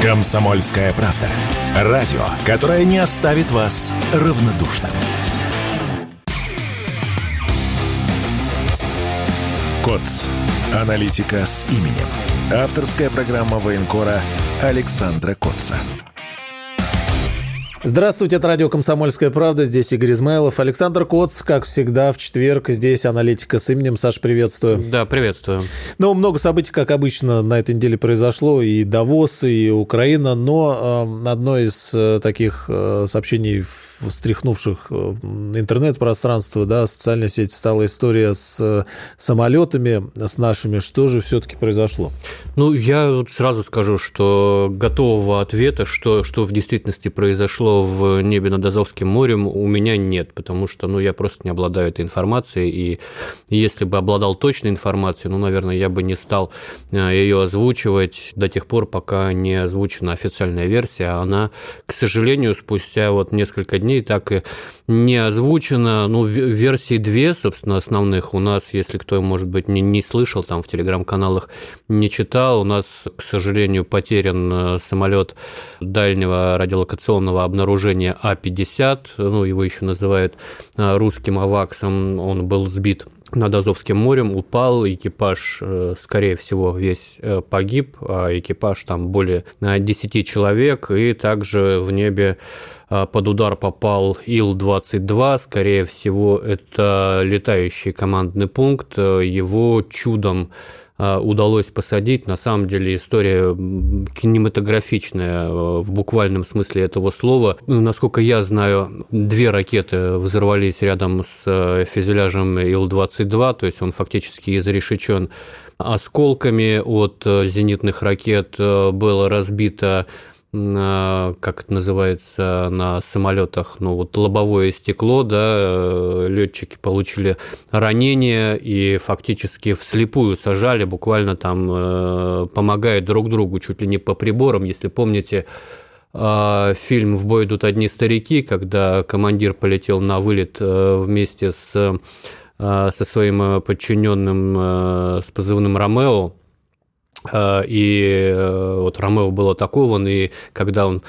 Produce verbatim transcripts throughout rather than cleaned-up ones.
«Комсомольская правда». Радио, которое не оставит вас равнодушным. КОЦ. Аналитика с именем. Авторская программа военкора Александра Котца. Здравствуйте, это радио «Комсомольская правда». Здесь Игорь Измайлов. Александр Котц, как всегда, в четверг. Здесь аналитика с именем. Саш, приветствую. Да, приветствую. Ну, много событий, как обычно, на этой неделе произошло. И Давос, и Украина. Но э, одно из э, таких э, сообщений, встряхнувших э, интернет-пространство, да, социальные сети, стала история с э, самолетами, с нашими. Что же все-таки произошло? Ну, я вот сразу скажу, что готового ответа, что, что в действительности произошло в небе над Азовским морем, у меня нет, потому что, ну, я просто не обладаю этой информацией, и если бы обладал точной информацией, ну, наверное, я бы не стал ее озвучивать до тех пор, пока не озвучена официальная версия. Она, к сожалению, спустя вот несколько дней так и не озвучена. Ну, версии две, собственно, основных у нас, если кто, может быть, не, не слышал, там в телеграм-каналах не читал, у нас, к сожалению, потерян самолет дальнего радиолокационного обнаружения оружие А пятьдесят, ну, его еще называют русским аваксом, он был сбит над Азовским морем, упал, экипаж, скорее всего, весь погиб, а экипаж там более десяти человек, и также в небе под удар попал Ил двадцать два, скорее всего, это летающий командный пункт, его чудом удалось посадить. На самом деле история кинематографичная в буквальном смысле этого слова. Насколько я знаю, две ракеты взорвались рядом с фюзеляжем Ил двадцать два, то есть он фактически изрешечен осколками от зенитных ракет. Было разбито, как это называется на самолетах, ну вот лобовое стекло, да, летчики получили ранения и фактически вслепую сажали, буквально там помогая друг другу, чуть ли не по приборам. Если помните фильм «В бой идут одни старики», когда командир полетел на вылет вместе с, со своим подчиненным с позывным «Ромео», и вот Ромео был атакован, и когда он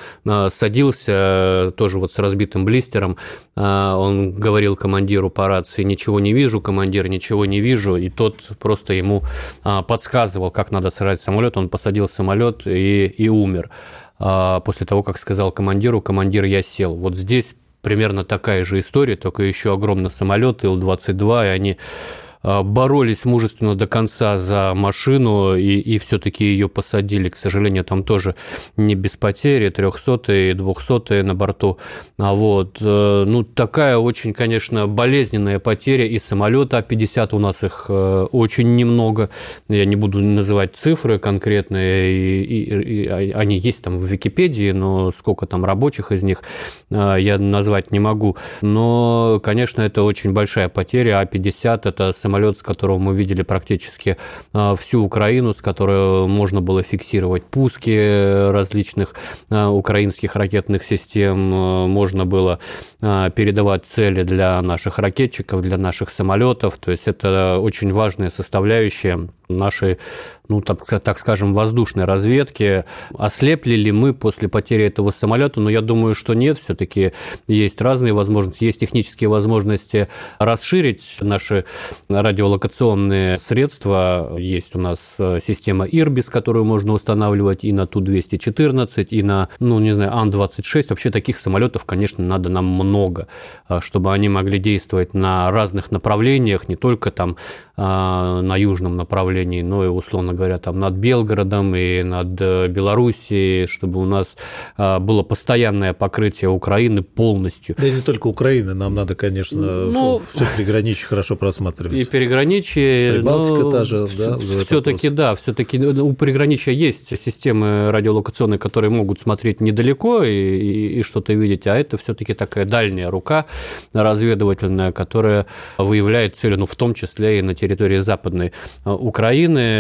садился, тоже вот с разбитым блистером, он говорил командиру по рации: «Ничего не вижу, командир, ничего не вижу», и тот просто ему подсказывал, как надо сажать самолет. Он посадил самолет и, и умер. После того, как сказал командиру: «Командир, я сел». Вот здесь примерно такая же история, только еще огромный самолет Ил двадцать два, и они боролись мужественно до конца за машину и, и все-таки ее посадили. К сожалению, там тоже не без потери, трехсотые, двухсотые на борту. А вот, ну, такая очень, конечно, болезненная потеря. И самолета А пятьдесят, у нас их очень немного. Я не буду называть цифры конкретные, и, и, и они есть там в Википедии, но сколько там рабочих из них я назвать не могу. Но, конечно, это очень большая потеря. А пятьдесят – это самолет, самолет, с которого мы видели практически всю Украину, с которого можно было фиксировать пуски различных украинских ракетных систем, можно было передавать цели для наших ракетчиков, для наших самолетов. То есть это очень важная составляющая нашей, ну, так, так скажем, воздушной разведки. Ослепли ли мы после потери этого самолета? Но я думаю, что нет. Все-таки есть разные возможности, есть технические возможности расширить наши радиолокационные средства. Есть у нас система Ирбис, которую можно устанавливать и на Ту двести четырнадцать, и на, ну, не знаю, Ан двадцать шесть. Вообще таких самолетов, конечно, надо нам много, чтобы они могли действовать на разных направлениях, не только там на южном направлении, но и, условно говоря, там над Белгородом и над Белоруссией, чтобы у нас было постоянное покрытие Украины полностью. Да и не только Украины, нам надо, конечно, ну, все приграничье хорошо просматривать. И приграничье, Прибалтика та же, да, все-таки, да, все-таки у приграничья есть системы радиолокационные, которые могут смотреть недалеко и, и, и что-то видеть, а это все-таки такая дальняя рука разведывательная, которая выявляет цели, ну, в том числе и на территории Западной Украины, ну, на,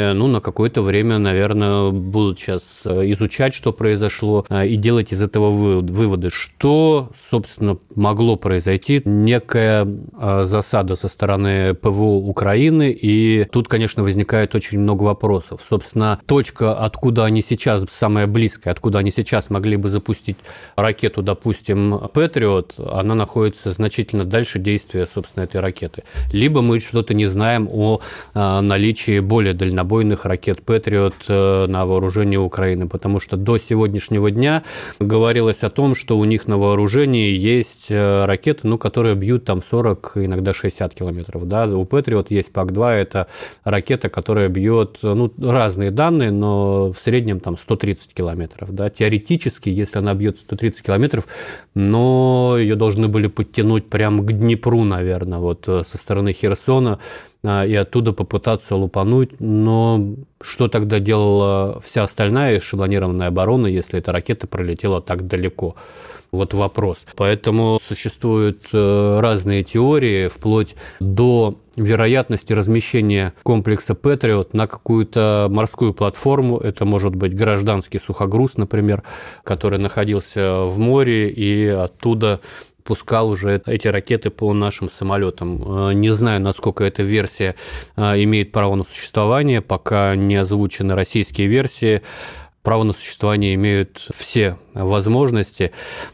какое-то время, наверное, будут сейчас изучать, что произошло, и делать из этого выводы. Что, собственно, могло произойти? Некая засада со стороны ПВО Украины, и тут, конечно, возникает очень много вопросов. Собственно, точка, откуда они сейчас, самая близкая, откуда они сейчас могли бы запустить ракету, допустим, «Патриот», она находится значительно дальше действия, собственно, этой ракеты. Либо мы что-то не знаем о наличии более дальнобойных ракет «Патриот» на вооружении Украины, потому что до сегодняшнего дня говорилось о том, что у них на вооружении есть ракеты, ну, которые бьют там сорок, иногда шестьдесят километров. Да? У «Патриот» есть ПАК-два, это ракета, которая бьет, ну, разные данные, но в среднем там сто тридцать километров. Да? Теоретически, если она бьет сто тридцать километров, но ее должны были подтянуть прямо к Днепру, наверное, вот со стороны Херсона, и оттуда попытаться лупануть. Но что тогда делала вся остальная эшелонированная оборона, если эта ракета пролетела так далеко? Вот вопрос. Поэтому существуют разные теории, вплоть до вероятности размещения комплекса «Патриот» на какую-то морскую платформу. Это может быть гражданский сухогруз, например, который находился в море, и оттуда пускал уже эти ракеты по нашим самолетам. Не знаю, насколько эта версия имеет право на существование, пока не озвучены российские версии. Право на существование имеют все возможности.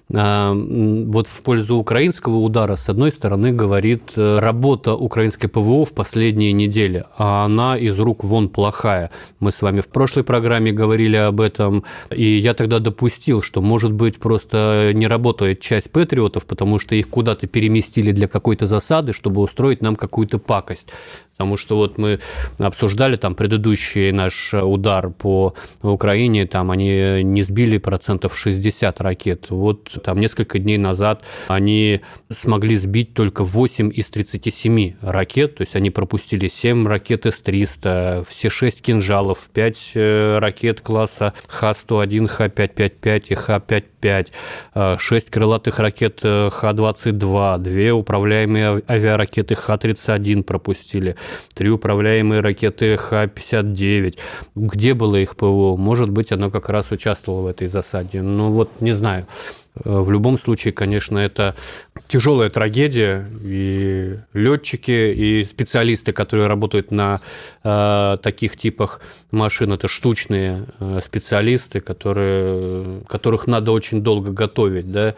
Вот в пользу украинского удара, с одной стороны, говорит работа украинской ПВО в последние недели, а она из рук вон плохая. Мы с вами в прошлой программе говорили об этом, и я тогда допустил, что, может быть, просто не работает часть «Патриотов», потому что их куда-то переместили для какой-то засады, чтобы устроить нам какую-то пакость. Потому что вот мы обсуждали там предыдущий наш удар по Украине, там они не сбили процентов шестьдесят ракет. Вот там несколько дней назад они смогли сбить только восемь из тридцати семи ракет, то есть они пропустили семь ракет эс триста, все шесть кинжалов, пять ракет класса ха сто один, ха пятьсот пятьдесят пять и ха пятьдесят пять, шесть крылатых ракет ха двадцать два, две управляемые авиаракеты ха тридцать один пропустили, три управляемые ракеты ха пятьдесят девять. Где было их ПВО? Может быть, оно как раз участвовало в этой засаде. Ну вот, не знаю. В любом случае, конечно, это тяжелая трагедия, и летчики, и специалисты, которые работают на э, таких типах машин, это штучные э, специалисты, которые, которых надо очень долго готовить, да,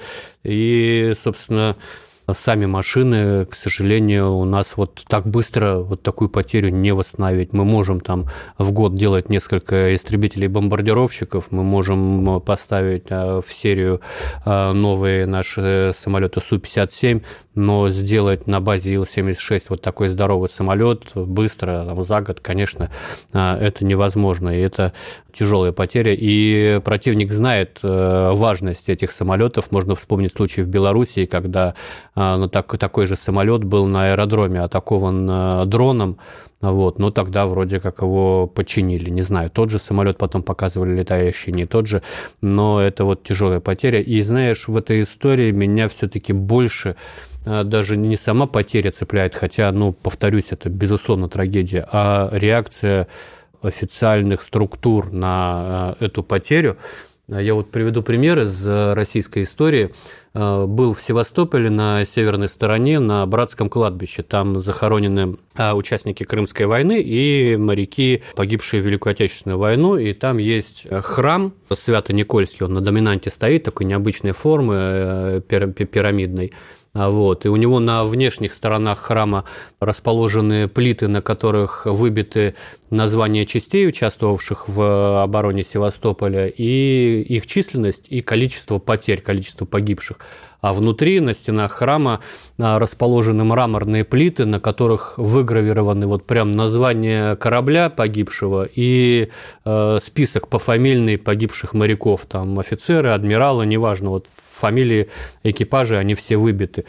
и, собственно, сами машины, к сожалению, у нас вот так быстро вот такую потерю не восстановить. Мы можем там в год делать несколько истребителей-бомбардировщиков, мы можем поставить в серию новые наши самолеты Су пятьдесят семь, но сделать на базе Ил семьдесят шесть вот такой здоровый самолет быстро, там, за год, конечно, это невозможно, и это тяжелая потеря. И противник знает важность этих самолетов. Можно вспомнить случай в Белоруссии, когда ну, так, такой же самолет был на аэродроме атакован дроном, вот, но тогда вроде как его починили. Не знаю, тот же самолет потом показывали летающий, не тот же, но это вот тяжелая потеря. И знаешь, в этой истории меня все-таки больше даже не сама потеря цепляет, хотя, ну, повторюсь, это безусловно трагедия, а реакция официальных структур на эту потерю. Я вот приведу пример из российской истории. Был в Севастополе на северной стороне, на Братском кладбище. Там захоронены участники Крымской войны и моряки, погибшие в Великую Отечественную войну. И там есть храм Свято-Никольский, он на доминанте стоит, такой необычной формы, пирамидной. Вот. И у него на внешних сторонах храма расположены плиты, на которых выбиты названия частей, участвовавших в обороне Севастополя, и их численность, и количество потерь, количество погибших. А внутри, на стенах храма, расположены мраморные плиты, на которых выгравированы вот прям название корабля погибшего и э, список пофамильный погибших моряков. Там офицеры, адмиралы, неважно, вот фамилии экипажа, они все выбиты.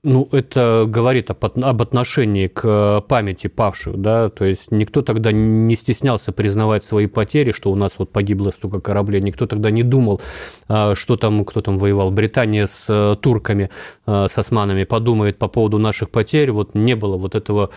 Ну, это говорит об, об отношении к памяти павших, да, то есть никто тогда не стеснялся признавать свои потери, что у нас вот погибло столько кораблей, никто тогда не думал, что там, кто там воевал, Британия с турками, с османами подумает по поводу наших потерь, вот не было вот этого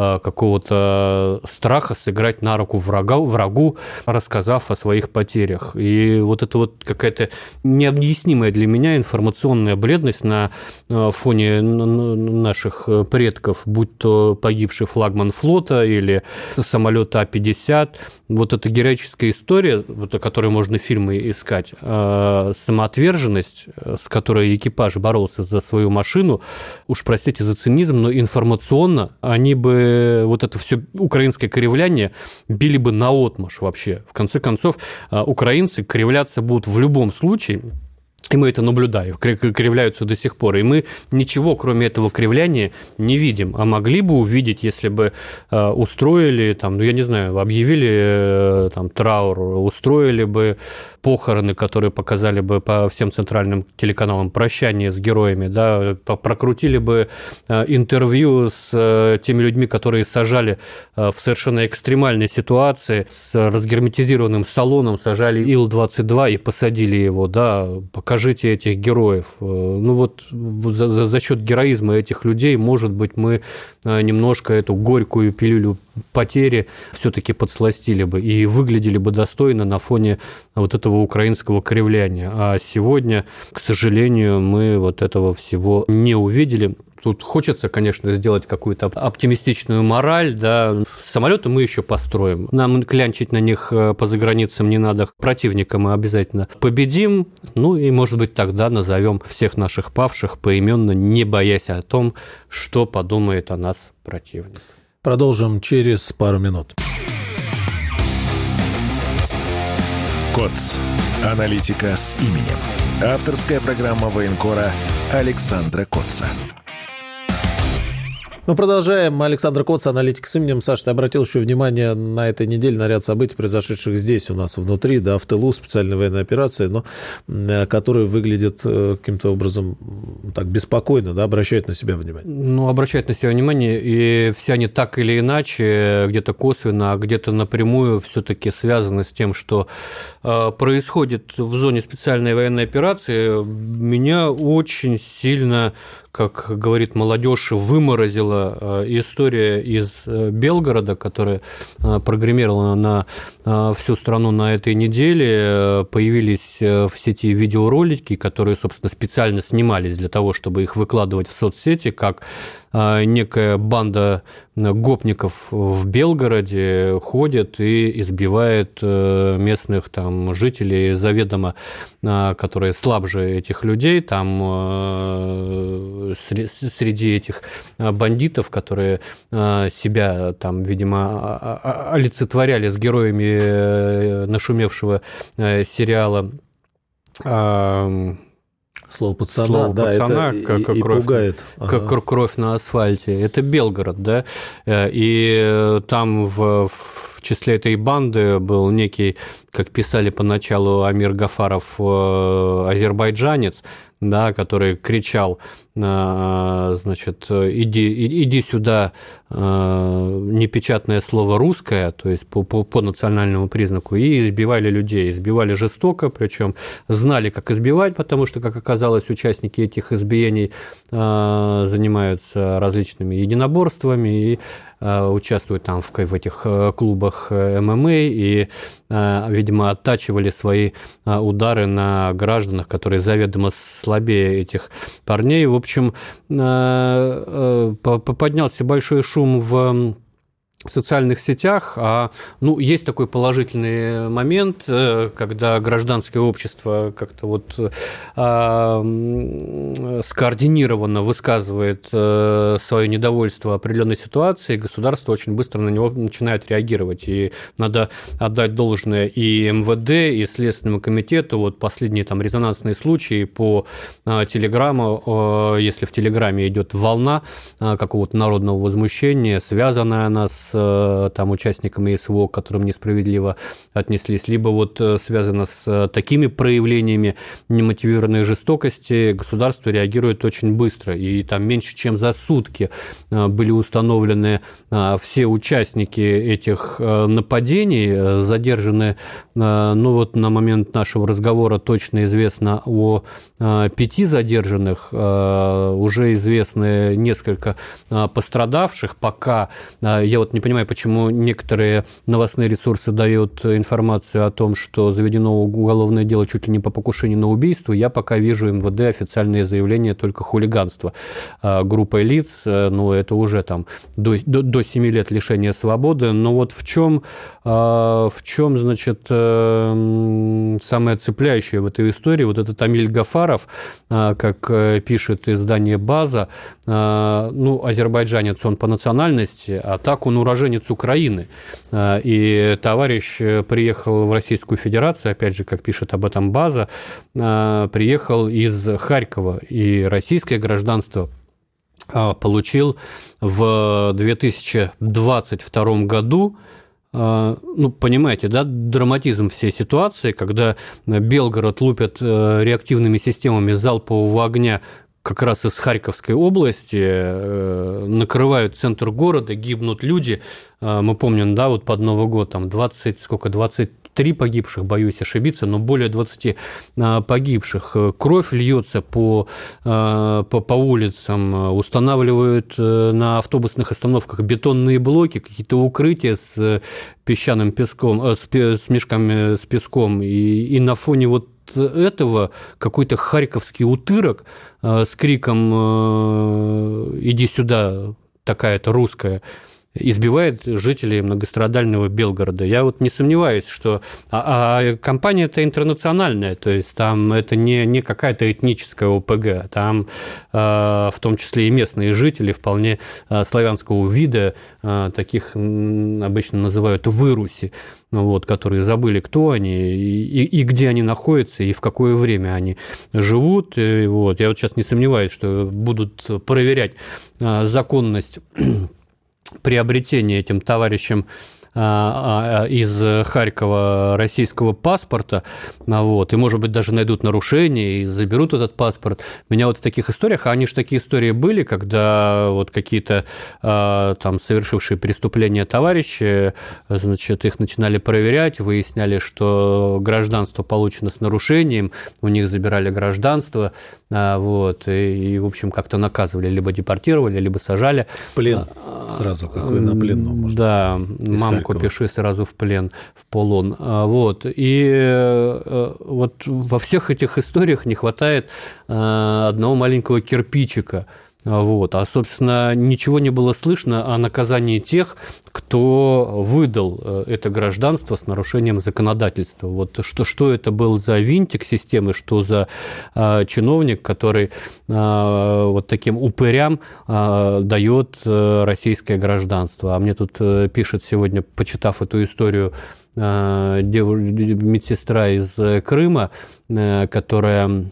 какого-то страха сыграть на руку врага, врагу, рассказав о своих потерях. И вот это вот какая-то необъяснимая для меня информационная бледность на фоне наших предков, будь то погибший флагман флота или самолет А пятьдесят. Вот эта героическая история, вот, о которой можно фильмы искать, э, самоотверженность, с которой экипаж боролся за свою машину, уж простите за цинизм, но информационно они бы вот это все украинское кривляние били бы наотмашь вообще. В конце концов, э, украинцы кривляться будут в любом случае. И мы это наблюдаем, кривляются до сих пор. И мы ничего, кроме этого кривляния, не видим. А могли бы увидеть, если бы э, устроили, там, ну, я не знаю, объявили э, там, траур, устроили бы похороны, которые показали бы по всем центральным телеканалам прощание с героями, да, прокрутили бы э, интервью с э, теми людьми, которые сажали э, в совершенно экстремальной ситуации, с разгерметизированным салоном, сажали Ил двадцать два и посадили его, да, покажите этих героев. Ну вот за, за, за счет героизма этих людей, может быть, мы немножко эту горькую пилюлю потери все-таки подсластили бы и выглядели бы достойно на фоне вот этого украинского кривляния. А сегодня, к сожалению, мы вот этого всего не увидели. Тут хочется, конечно, сделать какую-то оптимистичную мораль, да. Самолеты мы еще построим. Нам клянчить на них по заграницам не надо. Противника мы обязательно победим. Ну и, может быть, тогда назовем всех наших павших поименно, не боясь о том, что подумает о нас противник. Продолжим через пару минут. КОЦ. Аналитика с именем. Авторская программа военкора Александра Котца. Мы продолжаем. Александр Котц, аналитик с именем. Саша, ты обратил еще внимание на этой неделе на ряд событий, произошедших здесь у нас внутри, да, в тылу, специальной военной операции, но которые выглядят каким-то образом так беспокойно, да, обращают на себя внимание. Ну, обращают на себя внимание, и все они так или иначе, где-то косвенно, а где-то напрямую все-таки связаны с тем, что происходит в зоне специальной военной операции. Меня очень сильно, как говорит молодежь, выморозила история из Белгорода, которая прогремела на всю страну на этой неделе. Появились в сети видеоролики, которые, собственно, специально снимались для того, чтобы их выкладывать в соцсети, как некая банда гопников в Белгороде ходит и избивает местных там жителей заведомо, которые слабже этих людей. Там среди этих бандитов, которые себя там, видимо, олицетворяли с героями нашумевшего сериала Слово пацана, Слово да, пацана, это как, и, как и кровь, пугает. Как ага. кровь на асфальте. Это Белгород, да, и там в, в числе этой банды был некий, как писали поначалу, Амир Гафаров, азербайджанец, да, который кричал, значит, иди, иди сюда, непечатное слово русское, то есть по, по, по национальному признаку, и избивали людей, избивали жестоко, причем знали, как избивать, потому что, как оказалось, участники этих избиений занимаются различными единоборствами и участвуют там в, в этих клубах эм эм а и, видимо, оттачивали свои удары на гражданах, которые заведомо слабее этих парней. В общем, поднялся большой шум в в социальных сетях, а, ну, есть такой положительный момент, когда гражданское общество как-то вот а, скоординированно высказывает а, свое недовольство определенной ситуацией, государство очень быстро на него начинает реагировать, и надо отдать должное и эм вэ дэ, и Следственному комитету. Вот последние там резонансные случаи по а, Телеграму, а, если в Телеграме идет волна а, какого-то народного возмущения, связанная она с с там, участниками СВО, к которым несправедливо отнеслись, либо вот связано с такими проявлениями немотивированной жестокости, государство реагирует очень быстро. И там меньше чем за сутки были установлены все участники этих нападений, задержаны, ну вот на момент нашего разговора точно известно о пяти задержанных, уже известны несколько пострадавших. Пока я вот не понимаю, почему некоторые новостные ресурсы дают информацию о том, что заведено уголовное дело чуть ли не по покушению на убийство. Я пока вижу эм вэ дэ официальные заявления только хулиганство группой лиц, ну это уже там до, до, до семи лет лишения свободы. Но вот в чем, в чем, значит, самое цепляющее в этой истории, вот этот Амиль Гафаров, как пишет издание «База», ну, азербайджанец он по национальности, а так он уроженец Украины. И товарищ приехал в Российскую Федерацию, опять же, как пишет об этом «База», приехал из Харькова, и российское гражданство получил в две тысячи двадцать втором году. Ну, понимаете, да, драматизм всей ситуации, когда Белгород лупят реактивными системами залпового огня как раз из Харьковской области, накрывают центр города, гибнут люди. Мы помним, да, вот под Новый год там двадцать, сколько, двадцать три погибших, боюсь ошибиться, но более двадцати погибших. Кровь льется по, по, по улицам, устанавливают на автобусных остановках бетонные блоки, какие-то укрытия с песчаным песком, с, с мешками с песком. И, и на фоне вот этого какой-то харьковский утырок с криком «иди сюда, такая-то русская», избивает жителей многострадального Белгорода. Я вот не сомневаюсь, что... А, а компания-то интернациональная, то есть там это не, не какая-то этническая о пэ гэ, там а, в том числе и местные жители вполне а, славянского вида, а, таких обычно называют выруси, вот, которые забыли, кто они и, и, и где они находятся, и в какое время они живут. И, вот, я вот сейчас не сомневаюсь, что будут проверять а, законность приобретение этим товарищем из Харькова российского паспорта, вот, и, может быть, даже найдут нарушение и заберут этот паспорт. Меня вот в таких историях, а они же такие истории были, когда вот какие-то там совершившие преступления товарищи, значит, их начинали проверять, выясняли, что гражданство получено с нарушением, у них забирали гражданство, вот, и, в общем, как-то наказывали, либо депортировали, либо сажали. В плен сразу, какой на плену можно. Да, мамку пиши сразу в плен, в полон. Вот, и вот во всех этих историях не хватает одного маленького кирпичика. Вот. А, собственно, ничего не было слышно о наказании тех, кто выдал это гражданство с нарушением законодательства. Вот что, что это был за винтик системы, что за а, чиновник, который а, вот таким упырям а, дает а, российское гражданство. А мне тут а, пишет сегодня, почитав эту историю, а, дев... медсестра из Крыма, а, которая...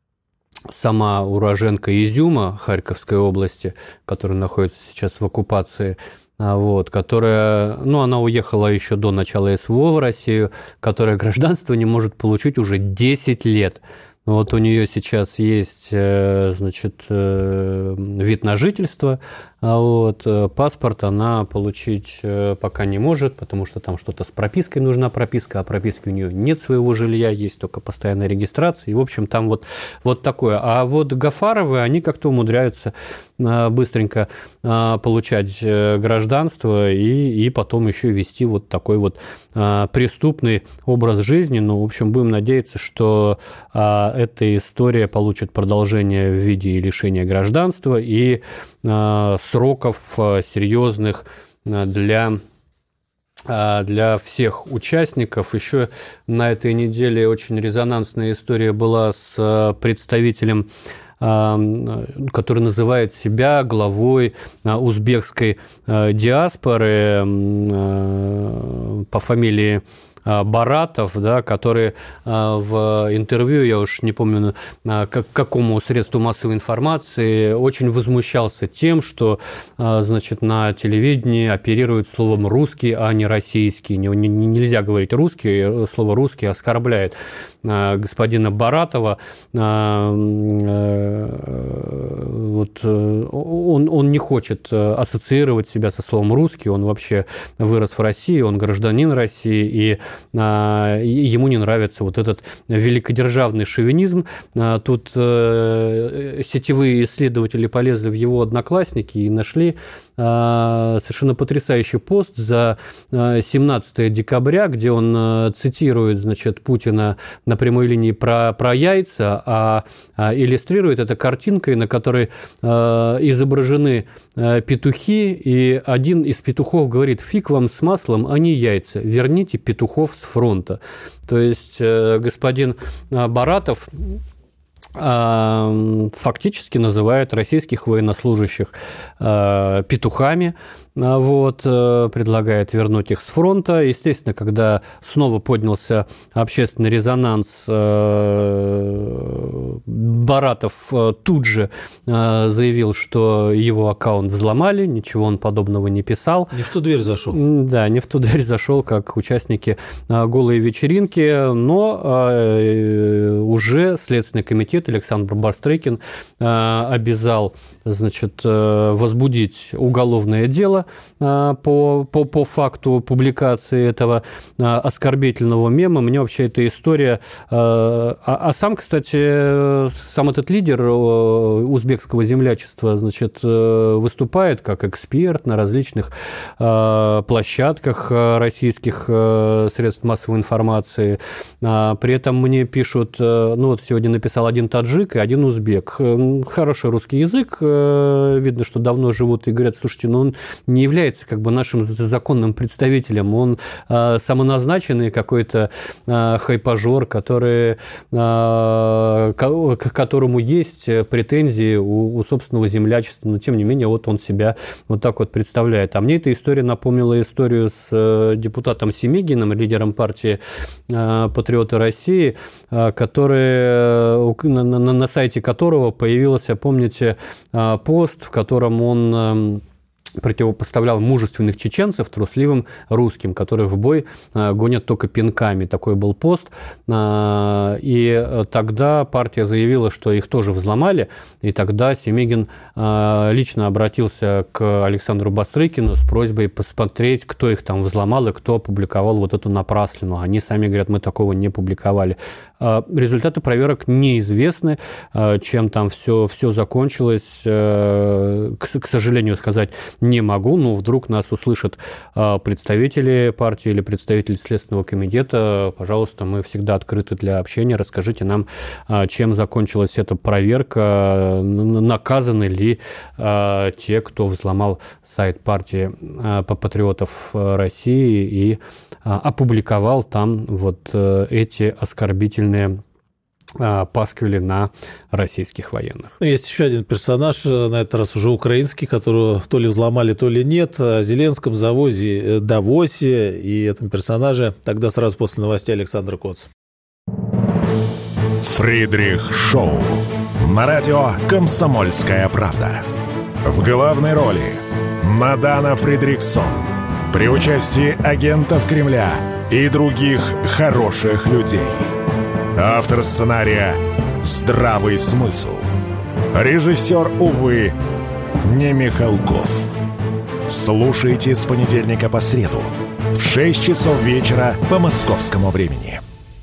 сама уроженка Изюма Харьковской области, которая находится сейчас в оккупации, вот, которая, ну, она уехала еще до начала эс вэ о в Россию, которая гражданство не может получить уже десять лет. Вот у нее сейчас есть, значит, вид на жительство, а вот паспорт она получить пока не может, потому что там что-то с пропиской нужна прописка, а прописки у нее нет своего жилья, есть только постоянная регистрация, и, в общем, там вот, вот такое. А вот Гафаровы, они как-то умудряются быстренько получать гражданство и, и потом еще вести вот такой вот преступный образ жизни. Ну, в общем, будем надеяться, что эта история получит продолжение в виде лишения гражданства и сроков серьезных для, для всех участников. Еще на этой неделе очень резонансная история была с представителем, который называет себя главой узбекской диаспоры по фамилии Баратов, да, который в интервью, я уж не помню, к какому средству массовой информации, очень возмущался тем, что, значит, на телевидении оперируют словом «русский», а не «российский». Нельзя говорить «русский», слово «русский» оскорбляет господина Баратова. Вот, он, он не хочет ассоциировать себя со словом «русский», он вообще вырос в России, он гражданин России, и ему не нравится вот этот великодержавный шовинизм. Тут сетевые исследователи полезли в его одноклассники и нашли совершенно потрясающий пост за семнадцатое декабря, где он цитирует, значит, Путина на прямой линии про, про яйца, а, а иллюстрирует это картинкой, на которой а, изображены а, петухи, и один из петухов говорит: «Фиг вам с маслом, а не яйца, верните петухов с фронта». То есть а, господин Баратов фактически называет российских военнослужащих петухами, вот, предлагает вернуть их с фронта. Естественно, когда снова поднялся общественный резонанс, Баратов тут же заявил, что его аккаунт взломали, ничего он подобного не писал. Не в ту дверь зашел. Да, не в ту дверь зашел, как участники голой вечеринки, но уже Следственный комитет Александр Бастрыкин обязал, значит, возбудить уголовное дело по, по, по факту публикации этого оскорбительного мема. Мне вообще эта история... А, а сам, кстати, сам этот лидер узбекского землячества, значит, выступает как эксперт на различных площадках российских средств массовой информации. При этом мне пишут... Ну, вот сегодня написал один таджик и один узбек. Хороший русский язык, видно, что давно живут, и говорят: слушайте, ну он не является как бы нашим законным представителем, он самоназначенный какой-то хайпажор, который, к которому есть претензии у, у собственного землячества, но тем не менее вот он себя вот так вот представляет. А мне эта история напомнила историю с депутатом Семигиным, лидером партии «Патриоты России», который На, на, на сайте которого появился, помните, пост, в котором он противопоставлял мужественных чеченцев трусливым русским, которых в бой гонят только пинками. Такой был пост. И тогда партия заявила, что их тоже взломали. И тогда Семигин лично обратился к Александру Бастрыкину с просьбой посмотреть, кто их там взломал и кто опубликовал вот эту напраслину. Они сами говорят: мы такого не публиковали. Результаты проверок неизвестны, чем там все, все закончилось. К, к сожалению, сказать не могу, но вдруг нас услышат представители партии или представители Следственного комитета. Пожалуйста, мы всегда открыты для общения. Расскажите нам, чем закончилась эта проверка, наказаны ли те, кто взломал сайт партии Патриотов России и опубликовал там вот эти оскорбительные пасквили на российских военных. Есть еще один персонаж, на этот раз уже украинский, которого то ли взломали, то ли нет, о Зеленском завозе, Давосе и этом персонаже. Тогда сразу после новостей Александр Коц. Фридрих Шоу. На радио «Комсомольская правда». В главной роли Мадана Фридриксон. При участии агентов Кремля и других хороших людей. Автор сценария «Здравый смысл». Режиссер, увы, не Михалков. Слушайте с понедельника по среду в шесть часов вечера по московскому времени.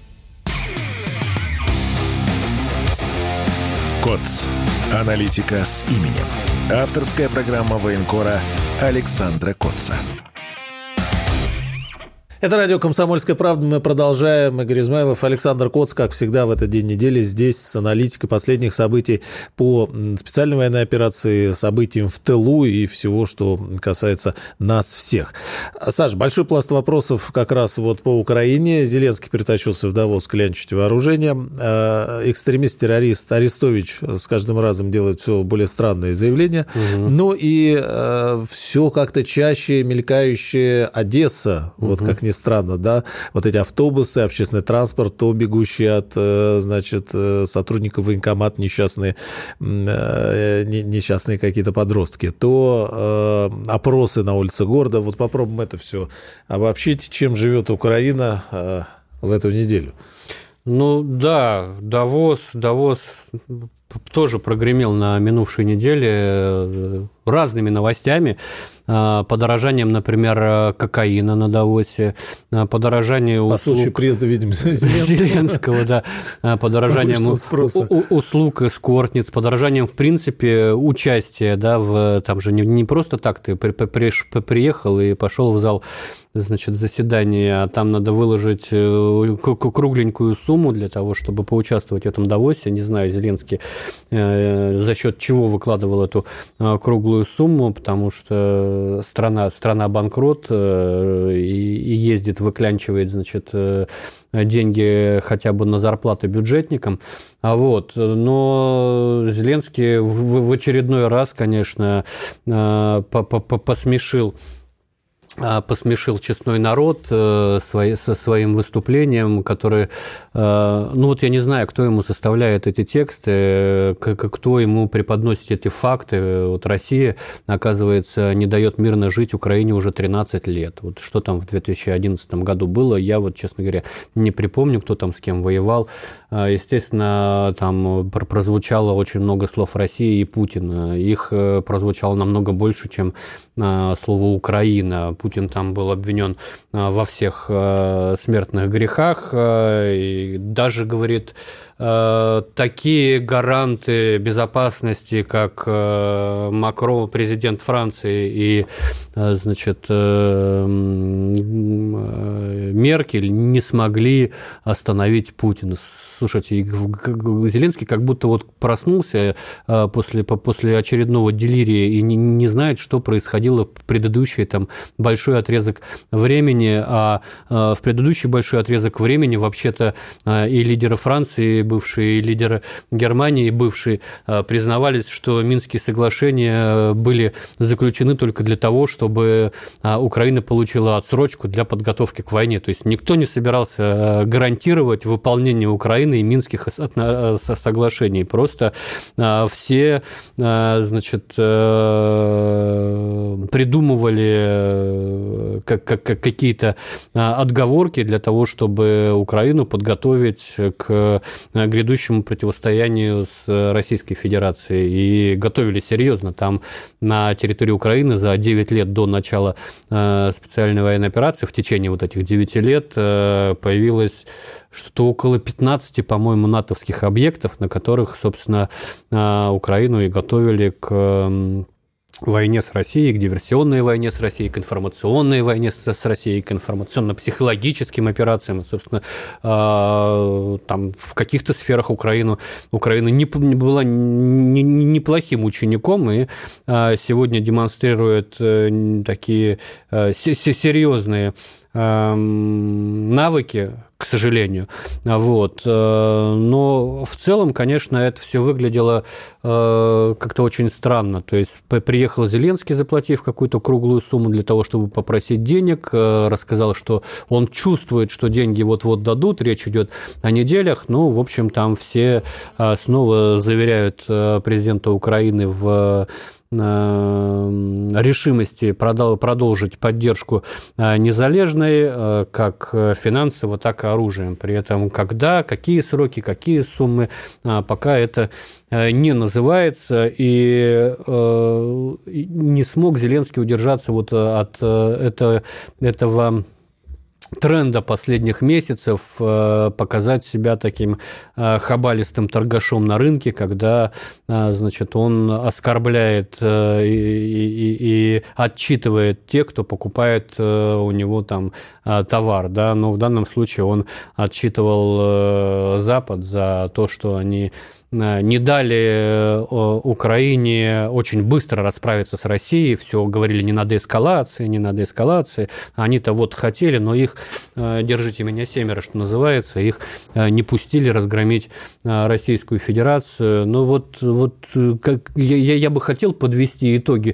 КОЦ. Аналитика с именем. Авторская программа военкора Александра Коца. Это радио «Комсомольская правда». Мы продолжаем. Игорь Измайлов, Александр Коц, как всегда, в этот день недели здесь с аналитикой последних событий по специальной военной операции, событиям в тылу и всего, что касается нас всех. Саш, большой пласт вопросов как раз вот по Украине. Зеленский перетащился в Давос клянчить вооружение. Экстремист-террорист Арестович с каждым разом делает все более странные заявления. Угу. Ну и все как-то чаще мелькающая Одесса, угу. вот как ни ни странно, да, вот эти автобусы, общественный транспорт, то бегущие от, значит, сотрудников военкомата несчастные, несчастные какие-то подростки, то э, опросы на улице города. Вот попробуем это все обобщить, чем живет Украина э, в эту неделю. Ну да, Давос, Давос тоже прогремел на минувшей неделе разными новостями. Подорожанием, например, кокаина на Давосе, подорожание услуг... По случаю приезда, видимо, Зеленского, да, подорожанием услуг эскортниц, подорожанием, в принципе, участия, да, в... Там же не, не просто так ты при, при, приехал и пошел в зал, значит, заседания, а там надо выложить кругленькую сумму для того, чтобы поучаствовать в этом Давосе. Не знаю, Зеленский э, за счет чего выкладывал эту э, круглую сумму, потому что страна, страна банкрот э, и, и ездит, выклянчивает, значит, э, деньги хотя бы на зарплаты бюджетникам. А вот, но Зеленский в, в очередной раз, конечно, э, посмешил посмешил честной народ со своим выступлением, который, ну вот я не знаю, кто ему составляет эти тексты, кто ему преподносит эти факты. Вот Россия, оказывается, не дает мирно жить Украине уже тринадцать лет. Вот что там в две тысячи одиннадцатом году было, я вот, честно говоря, не припомню, кто там с кем воевал. Естественно, там прозвучало очень много слов России и Путина. Их прозвучало намного больше, чем слово «Украина». Путин там был обвинен во всех смертных грехах и даже, говорит, такие гаранты безопасности, как Макрон, президент Франции, и, значит, Меркель не смогли остановить Путина. Слушайте, Зеленский как будто вот проснулся после, после очередного делирия и не, не знает, что происходило в предыдущий там большой отрезок времени, а в предыдущий большой отрезок времени вообще-то и лидеры Франции, бывшие лидеры Германии, бывшие, признавались, что Минские соглашения были заключены только для того, чтобы Украина получила отсрочку для подготовки к войне. То есть никто не собирался гарантировать выполнение Украины и Минских соглашений. Просто все, значит, придумывали какие-то отговорки для того, чтобы Украину подготовить к грядущему противостоянию с Российской Федерацией. И готовили серьезно. Там на территории Украины за девять лет до начала специальной военной операции, в течение вот этих девяти лет, появилось что-то около пятнадцати, по-моему, натовских объектов, на которых, собственно, Украину и готовили к войне с Россией, к диверсионной войне с Россией, к информационной войне с Россией, к информационно-психологическим операциям. И, собственно, там в каких-то сферах Украину, Украина не, не была неплохим учеником и сегодня демонстрирует такие серьезные навыки, к сожалению. Вот. Но в целом, конечно, это все выглядело как-то очень странно. То есть приехал Зеленский, заплатив какую-то круглую сумму для того, чтобы попросить денег, рассказал, что он чувствует, что деньги вот-вот дадут, речь идет о неделях. Ну, в общем, там все снова заверяют президента Украины в решимости продолжить поддержку Незалежной как финансово, так и оружием. При этом когда, какие сроки, какие суммы, пока это не называется, и не смог Зеленский удержаться вот от этого тренда последних месяцев, показать себя таким хабалистым торгашом на рынке, когда, значит, он оскорбляет и, и, и отчитывает тех, кто покупает у него там товар, да, но в данном случае он отчитывал Запад за то, что они не дали Украине очень быстро расправиться с Россией, все говорили, не надо эскалации, не надо эскалации, они-то вот хотели, но их держите меня семеро, что называется, их не пустили разгромить Российскую Федерацию. Но вот, вот как, я, я бы хотел подвести итоги,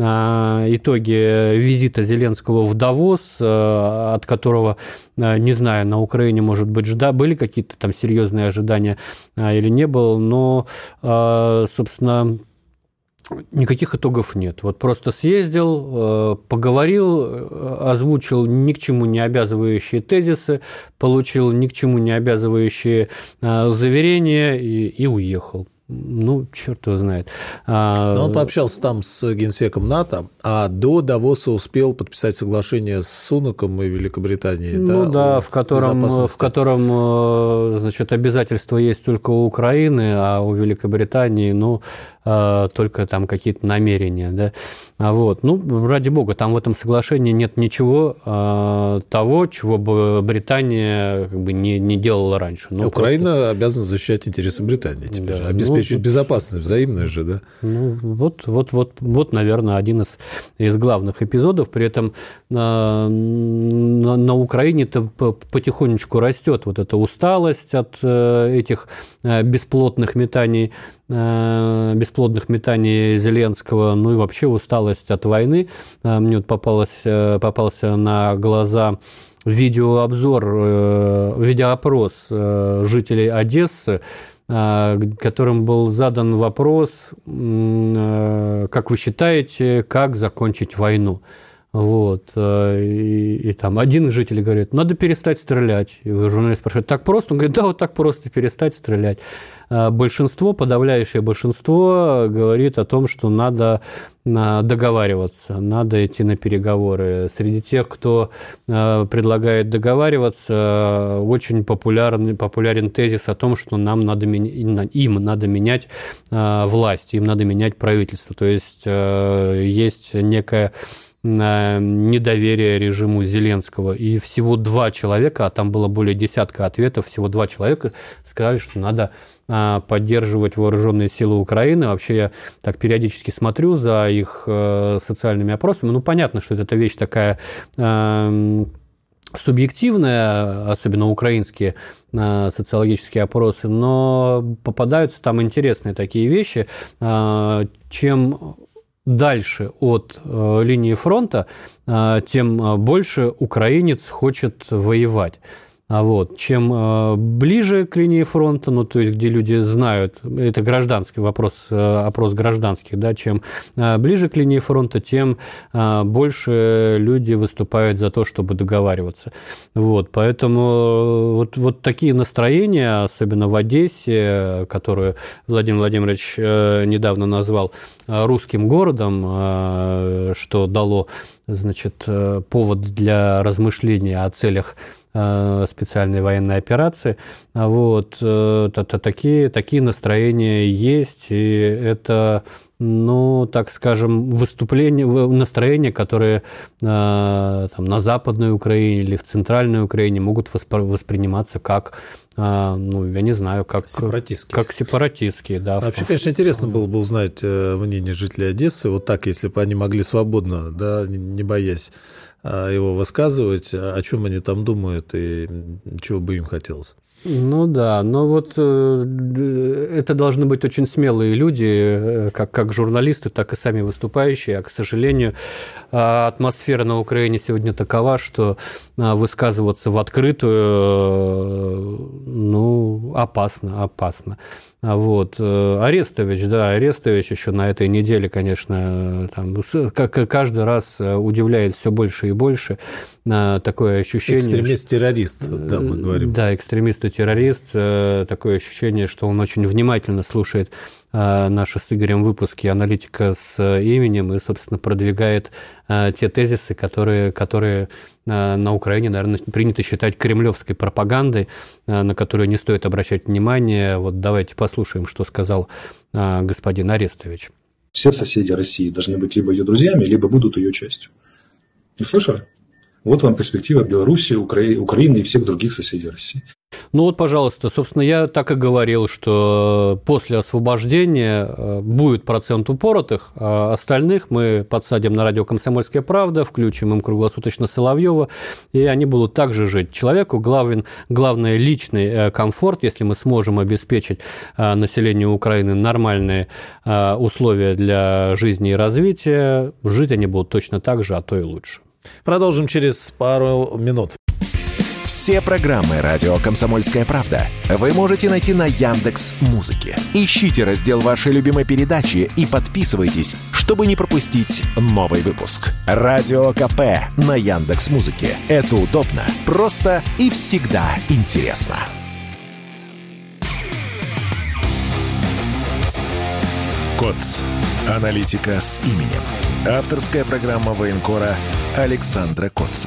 итоги визита Зеленского в Давос, от которого, не знаю, на Украине, может быть, жда, были какие-то там серьезные ожидания или не было, но, собственно, никаких итогов нет. Вот просто съездил, поговорил, озвучил ни к чему не обязывающие тезисы, получил ни к чему не обязывающие заверения и, и уехал. Ну, черт его знает. Но он пообщался там с генсеком НАТО, а до Давоса успел подписать соглашение с Сунаком и Великобританией. Ну да, да в котором, в котором, значит, обязательства есть только у Украины, а у Великобритании, ну, только там какие-то намерения, да. Вот. Ну, ради бога, там в этом соглашении нет ничего того, чего бы Британия как бы не, не делала раньше. Ну, Украина просто... обязана защищать интересы Британии теперь, да, обеспечивать ну, безопасность взаимную же, да? Ну, вот, вот, вот, вот, наверное, один из, из главных эпизодов. При этом на, на, на Украине-то потихонечку растет вот эта усталость от этих бесплотных метаний, бесплодных метаний Зеленского, ну и вообще усталость от войны. Мне вот попалось, попался на глаза видеообзор, видеоопрос жителей Одессы, которым был задан вопрос, как вы считаете, как закончить войну? Вот. И, и там один из жителей говорит, надо перестать стрелять. И журналист спрашивает, так просто? Он говорит, да, вот так просто перестать стрелять. Большинство, подавляющее большинство говорит о том, что надо договариваться, надо идти на переговоры. Среди тех, кто предлагает договариваться, очень популярен, популярен тезис о том, что нам надо, им надо менять власть, им надо менять правительство. То есть есть некая недоверие режиму Зеленского. И всего два человека, а там было более десятка ответов, всего два человека сказали, что надо поддерживать вооруженные силы Украины. Вообще я так периодически смотрю за их социальными опросами. Ну, понятно, что это вещь такая субъективная, особенно украинские социологические опросы, но попадаются там интересные такие вещи. Чем дальше от э, линии фронта, э, тем больше украинец хочет воевать. А вот, чем э, ближе к линии фронта, ну, то есть, где люди знают, это гражданский вопрос, э, опрос гражданских, да, чем э, ближе к линии фронта, тем э, больше люди выступают за то, чтобы договариваться. Вот, поэтому вот, вот такие настроения, особенно в Одессе, которую Владимир Владимирович э, недавно назвал русским городом, э, что дало, значит, э, повод для размышления о целях специальной военной операции. Вот, такие, такие настроения есть, и это, ну, так скажем, выступление, настроения, которые там, на Западной Украине или в Центральной Украине могут восприниматься как, ну, я не знаю, как сепаратистские. Как сепаратистские, да. Вообще, конечно, интересно было бы узнать мнение жителей Одессы, вот так, если бы они могли свободно, да, не боясь его высказывать, о чем они там думают и чего бы им хотелось. Ну да, но вот это должны быть очень смелые люди, как, как журналисты, так и сами выступающие. А, к сожалению, атмосфера на Украине сегодня такова, что высказываться в открытую, ну, опасно, опасно. Вот. Арестович, да, Арестович еще на этой неделе, конечно, там, как каждый раз удивляет все больше и больше. Такое ощущение... Экстремист-террорист, да, мы говорим. Да, экстремист и террорист. Такое ощущение, что он очень внимательно слушает наши с Игорем выпуски «Аналитика с именем» и, собственно, продвигает те тезисы, которые, которые на Украине, наверное, принято считать кремлевской пропагандой, на которую не стоит обращать внимание. Вот давайте послушаем, что сказал господин Арестович. Все соседи России должны быть либо ее друзьями, либо будут ее частью. Вы слышали? Вот вам перспектива Беларуси, Украины и всех других соседей России. Ну вот, пожалуйста, собственно, я так и говорил, что после освобождения будет процент упоротых, а остальных мы подсадим на радио «Комсомольская правда», включим им круглосуточно Соловьева, и они будут также жить. Человеку главен, главное личный комфорт, если мы сможем обеспечить населению Украины нормальные условия для жизни и развития, жить они будут точно так же, а то и лучше. Продолжим через пару минут. Все программы «Радио Комсомольская правда» вы можете найти на Яндекс.Музыке. Ищите раздел вашей любимой передачи и подписывайтесь, чтобы не пропустить новый выпуск. Радио КП на Яндекс.Музыке. Это удобно, просто и всегда интересно. КОЦ. Аналитика с именем. Авторская программа военкора Александра Котца.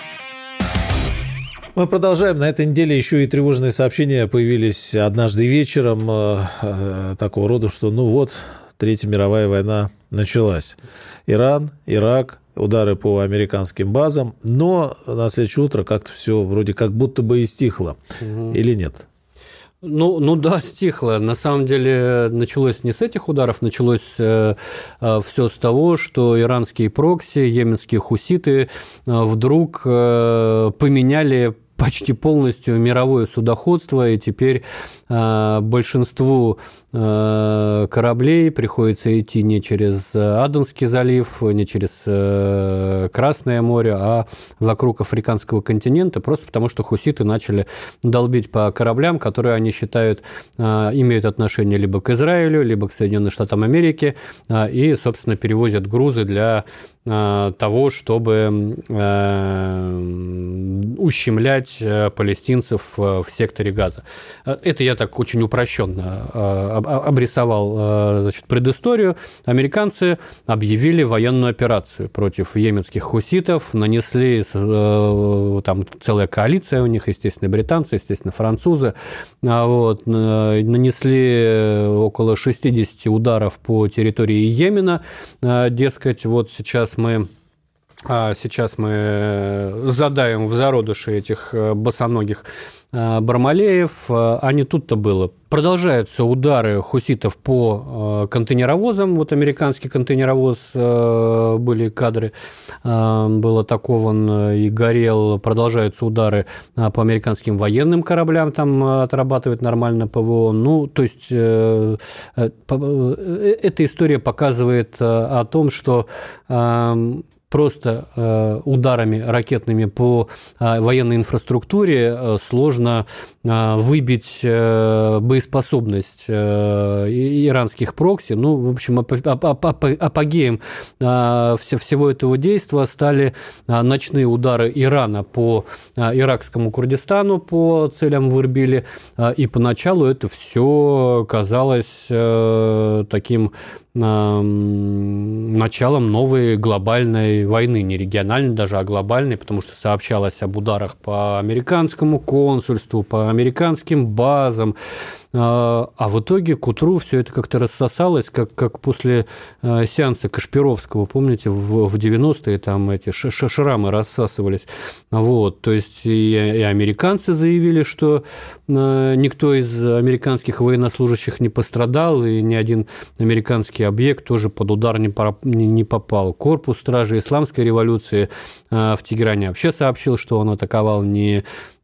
Мы продолжаем. На этой неделе еще и тревожные сообщения появились однажды вечером э, э, такого рода, что ну вот, Третья мировая война началась. Иран, Ирак, удары по американским базам, но на следующее утро как-то все вроде как будто бы и стихло. Угу. Или нет? Ну, ну да, стихло. На самом деле началось не с этих ударов, началось э, э, все с того, что иранские прокси, йеменские хуситы э, вдруг э, поменяли почти полностью мировое судоходство, и теперь э, большинству э, кораблей приходится идти не через Аденский залив, не через э, Красное море, а вокруг африканского континента, просто потому что хуситы начали долбить по кораблям, которые они считают э, имеют отношение либо к Израилю, либо к Соединенным Штатам Америки, э, и, собственно, перевозят грузы для э, того, чтобы э, ущемлять палестинцев в секторе Газа. Это я так очень упрощенно обрисовал, значит, предысторию. Американцы объявили военную операцию против йеменских хуситов, нанесли, там целая коалиция у них, естественно, британцы, естественно, французы, вот, нанесли около шестьдесят ударов по территории Йемена, дескать, вот сейчас мы А сейчас мы задавим в зародыши этих босоногих бармалеев, а не тут-то было. Продолжаются удары хуситов по контейнеровозам. Вот американский контейнеровоз, были кадры, был атакован и горел. Продолжаются удары по американским военным кораблям, там отрабатывает нормально ПВО. Ну, то есть, эта история показывает о том, что просто э, ударами ракетными по э, военной инфраструктуре э, сложно э, выбить э, боеспособность э, иранских прокси. Ну, в общем, ап- ап- ап- апогеем э, всего этого действия стали э, ночные удары Ирана по э, иракскому Курдистану по целям в Эрбиле. Э, и поначалу это все казалось э, таким началом новой глобальной войны, не региональной даже, а глобальной, потому что сообщалось об ударах по американскому консульству, по американским базам, а в итоге к утру все это как-то рассосалось, как, как после сеанса Кашпировского, помните, в, в девяностые там эти шрамы рассасывались. Вот, то есть и, и американцы заявили, что никто из американских военнослужащих не пострадал, и ни один американский объект тоже под удар не, не попал. Корпус стражи исламской революции в Тегеране вообще сообщил, что он атаковал не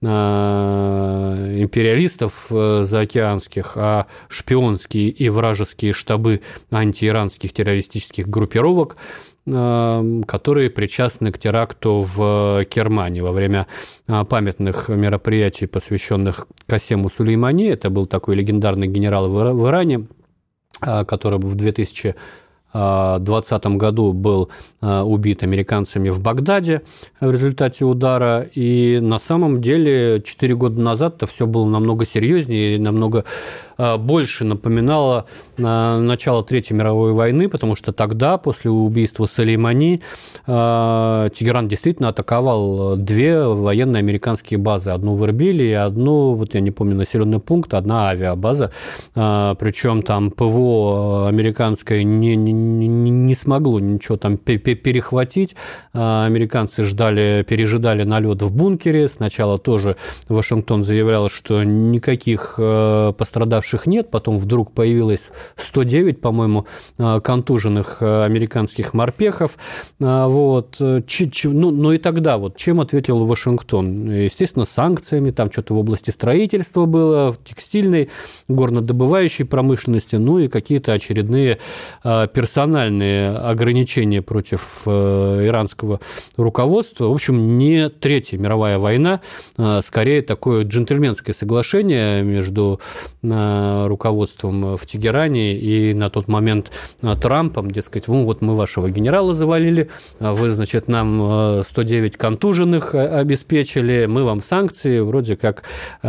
империалистов заокеанских, а шпионские и вражеские штабы антииранских террористических группировок, которые причастны к теракту в Кермане во время памятных мероприятий, посвященных Касему Сулеймани. Это был такой легендарный генерал в Иране, который в две тысячи двадцатом году был убит американцами в Багдаде в результате удара. И на самом деле четыре года назад-то все было намного серьезнее и намного больше напоминало начало Третьей мировой войны, потому что тогда, после убийства Сулеймани, Тегеран действительно атаковал две военные американские базы. Одну в Эрбиле и одну, вот я не помню, населенный пункт, одна авиабаза. Причем там ПВО американское не, не, не смогло ничего там перехватить. Американцы ждали, пережидали налет в бункере. Сначала тоже Вашингтон заявлял, что никаких пострадавших нет. Потом вдруг появилось сто девять, по-моему, контуженных американских морпехов. Вот. Ну, ну и тогда вот чем ответил Вашингтон? Естественно, санкциями. Там что-то в области строительства было, в текстильной, горнодобывающей промышленности, ну и какие-то очередные персональные ограничения против иранского руководства. В общем, не Третья мировая война, скорее такое джентльменское соглашение между руководством в Тегеране и на тот момент Трампом, дескать, ну вот мы вашего генерала завалили, вы, значит, нам сто девять контуженных обеспечили, мы вам санкции, вроде как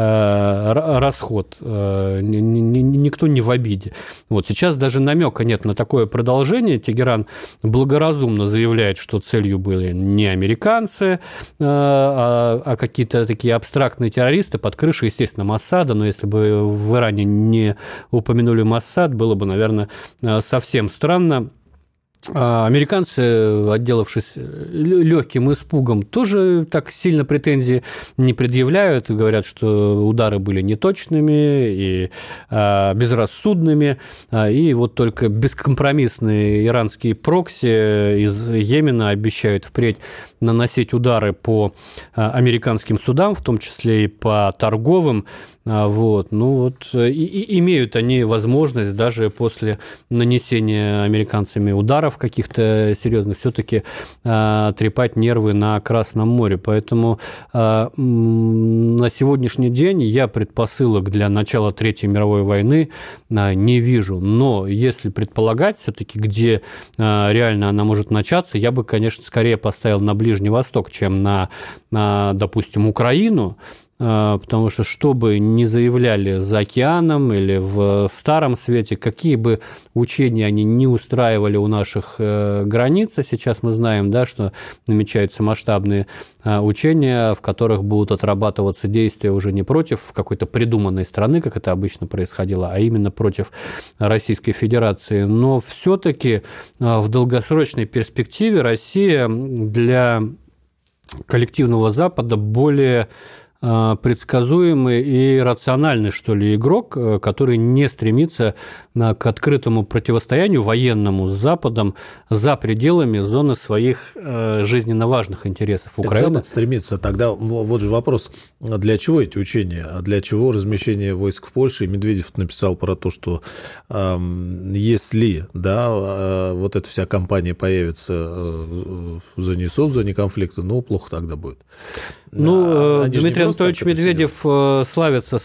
расход, никто не в обиде. Вот сейчас даже намека нет на такое продолжение. Тегеран благоразумно заявляет, что целью были не американцы, а, а какие-то такие абстрактные террористы под крышей, естественно, Моссада, но если бы в Иране не упомянули Моссад, было бы, наверное, совсем странно. Американцы, отделавшись легким испугом, тоже так сильно претензий не предъявляют и говорят, что удары были неточными и безрассудными, и вот только бескомпромиссные иранские прокси из Йемена обещают впредь наносить удары по американским судам, в том числе и по торговым. Вот. Ну, вот, и, и имеют они возможность даже после нанесения американцами ударов каких-то серьезных все-таки э, трепать нервы на Красном море. Поэтому э, на сегодняшний день я предпосылок для начала Третьей мировой войны э, не вижу. Но если предполагать все-таки, где э, реально она может начаться, я бы, конечно, скорее поставил на Ближний Восток, чем на, на допустим, Украину. Потому что, что бы ни заявляли за океаном или в Старом Свете, какие бы учения они не устраивали у наших границ, а сейчас мы знаем, да, что намечаются масштабные учения, в которых будут отрабатываться действия уже не против какой-то придуманной страны, как это обычно происходило, а именно против Российской Федерации. Но все-таки в долгосрочной перспективе Россия для коллективного Запада более предсказуемый и рациональный, что ли, игрок, который не стремится к открытому противостоянию военному с Западом за пределами зоны своих жизненно важных интересов. Украина... Запад стремится. Тогда вот же вопрос, для чего эти учения, а для чего размещение войск в Польше? И Медведев написал про то, что э, если, да, вот эта вся кампания появится в зоне ИСО, в зоне конфликта, ну, плохо тогда будет. Ну, а, Дмитрий Анатольевич Медведев славится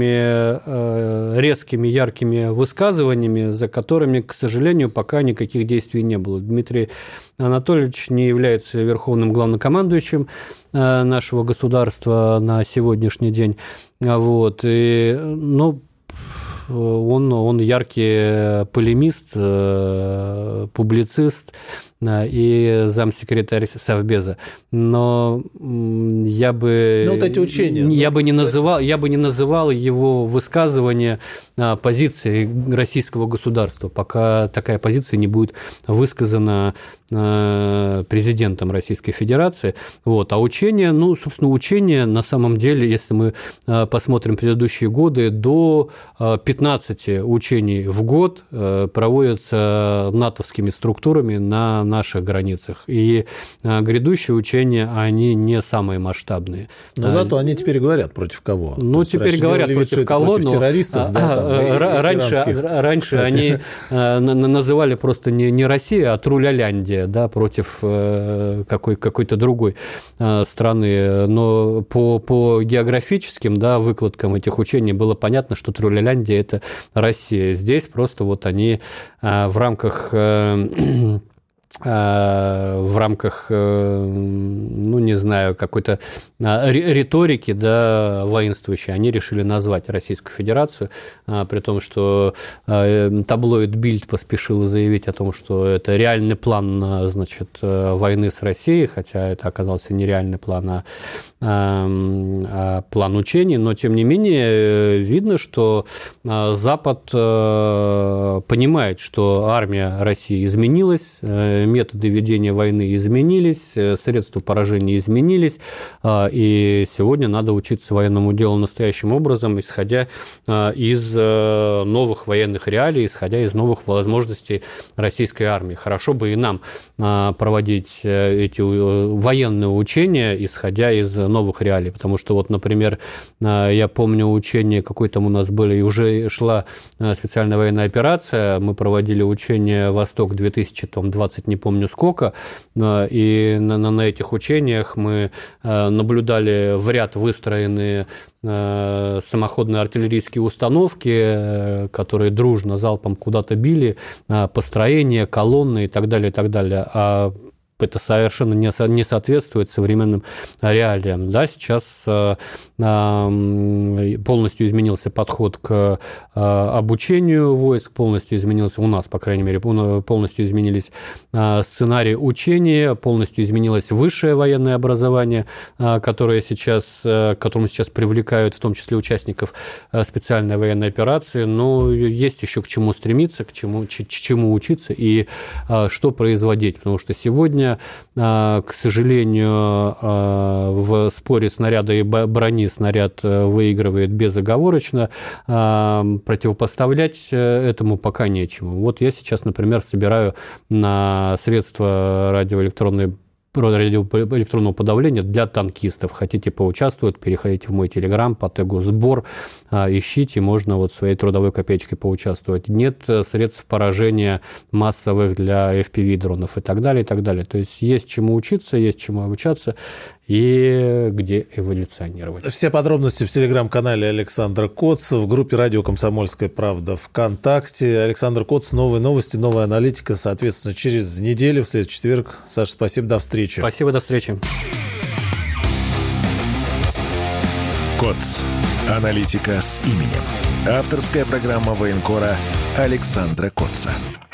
своими резкими, яркими высказываниями, за которыми, к сожалению, пока никаких действий не было. Дмитрий Анатольевич не является верховным главнокомандующим нашего государства на сегодняшний день. Вот. И, ну, он, он яркий полемист, публицист и замсекретарь Совбеза. Но я бы, ну, вот эти учения, я, ну, бы не называл, я бы не называл его высказывание позиции российского государства, пока такая позиция не будет высказана президентом Российской Федерации. Вот. А учения, ну, собственно, учения на самом деле, если мы посмотрим предыдущие годы, до пятнадцати учений в год проводятся натовскими структурами на наших границах. И грядущие учения, они не самые масштабные. Но зато они теперь говорят против кого. Ну, теперь говорят против кого, против но террористов, да, там, раньше, раньше они называли просто не, не Россия, а Труляляндия, да, против какой, какой-то другой страны. Но по, по географическим, да, выкладкам этих учений было понятно, что Труляляндия – это Россия. Здесь просто вот они в рамках в рамках, ну, не знаю, какой-то риторики, да, воинствующей, они решили назвать Российскую Федерацию, при том, что таблоид «Бильд» поспешил заявить о том, что это реальный план, значит, войны с Россией, хотя это оказался не реальный план, а, а план учений, но, тем не менее, видно, что Запад понимает, что армия России изменилась, методы ведения войны изменились, средства поражения изменились, и сегодня надо учиться военному делу настоящим образом, исходя из новых военных реалий, исходя из новых возможностей российской армии. Хорошо бы и нам проводить эти военные учения, исходя из новых реалий, потому что вот, например, я помню учения, какой там у нас были, и уже шла специальная военная операция, мы проводили учения «Восток-две тысячи двадцать», не помню сколько, и на, на этих учениях мы наблюдали в ряд выстроенные самоходные артиллерийские установки, которые дружно залпом куда-то били, построения, колонны и так далее, и так далее. А это совершенно не соответствует современным реалиям. Да, сейчас полностью изменился подход к обучению войск, полностью изменился у нас, по крайней мере, полностью изменились сценарии учения, полностью изменилось высшее военное образование, которое сейчас, к которому сейчас привлекают, в том числе участников специальной военной операции. Но есть еще к чему стремиться, к чему, к чему учиться и что производить, потому что сегодня, к сожалению, в споре снаряда и брони снаряд выигрывает безоговорочно, противопоставлять этому пока нечему. Вот я сейчас, например, собираю на средства радиоэлектронной электронного подавления для танкистов. Хотите поучаствовать, переходите в мой телеграм по тегу «Сбор», ищите, можно вот своей трудовой копеечкой поучаствовать. Нет средств поражения массовых для эф пи ви-дронов и так далее, и так далее. То есть есть чему учиться, есть чему обучаться и где эволюционировать. Все подробности в телеграм-канале Александра Коца, в группе «Радио Комсомольская правда» ВКонтакте. Александр Коц, новые новости, новая аналитика, соответственно, через неделю, в следующий четверг. Саша, спасибо, до встречи. Спасибо, до встречи. Коц. Аналитика с именем. Авторская программа военкора Александра Коца.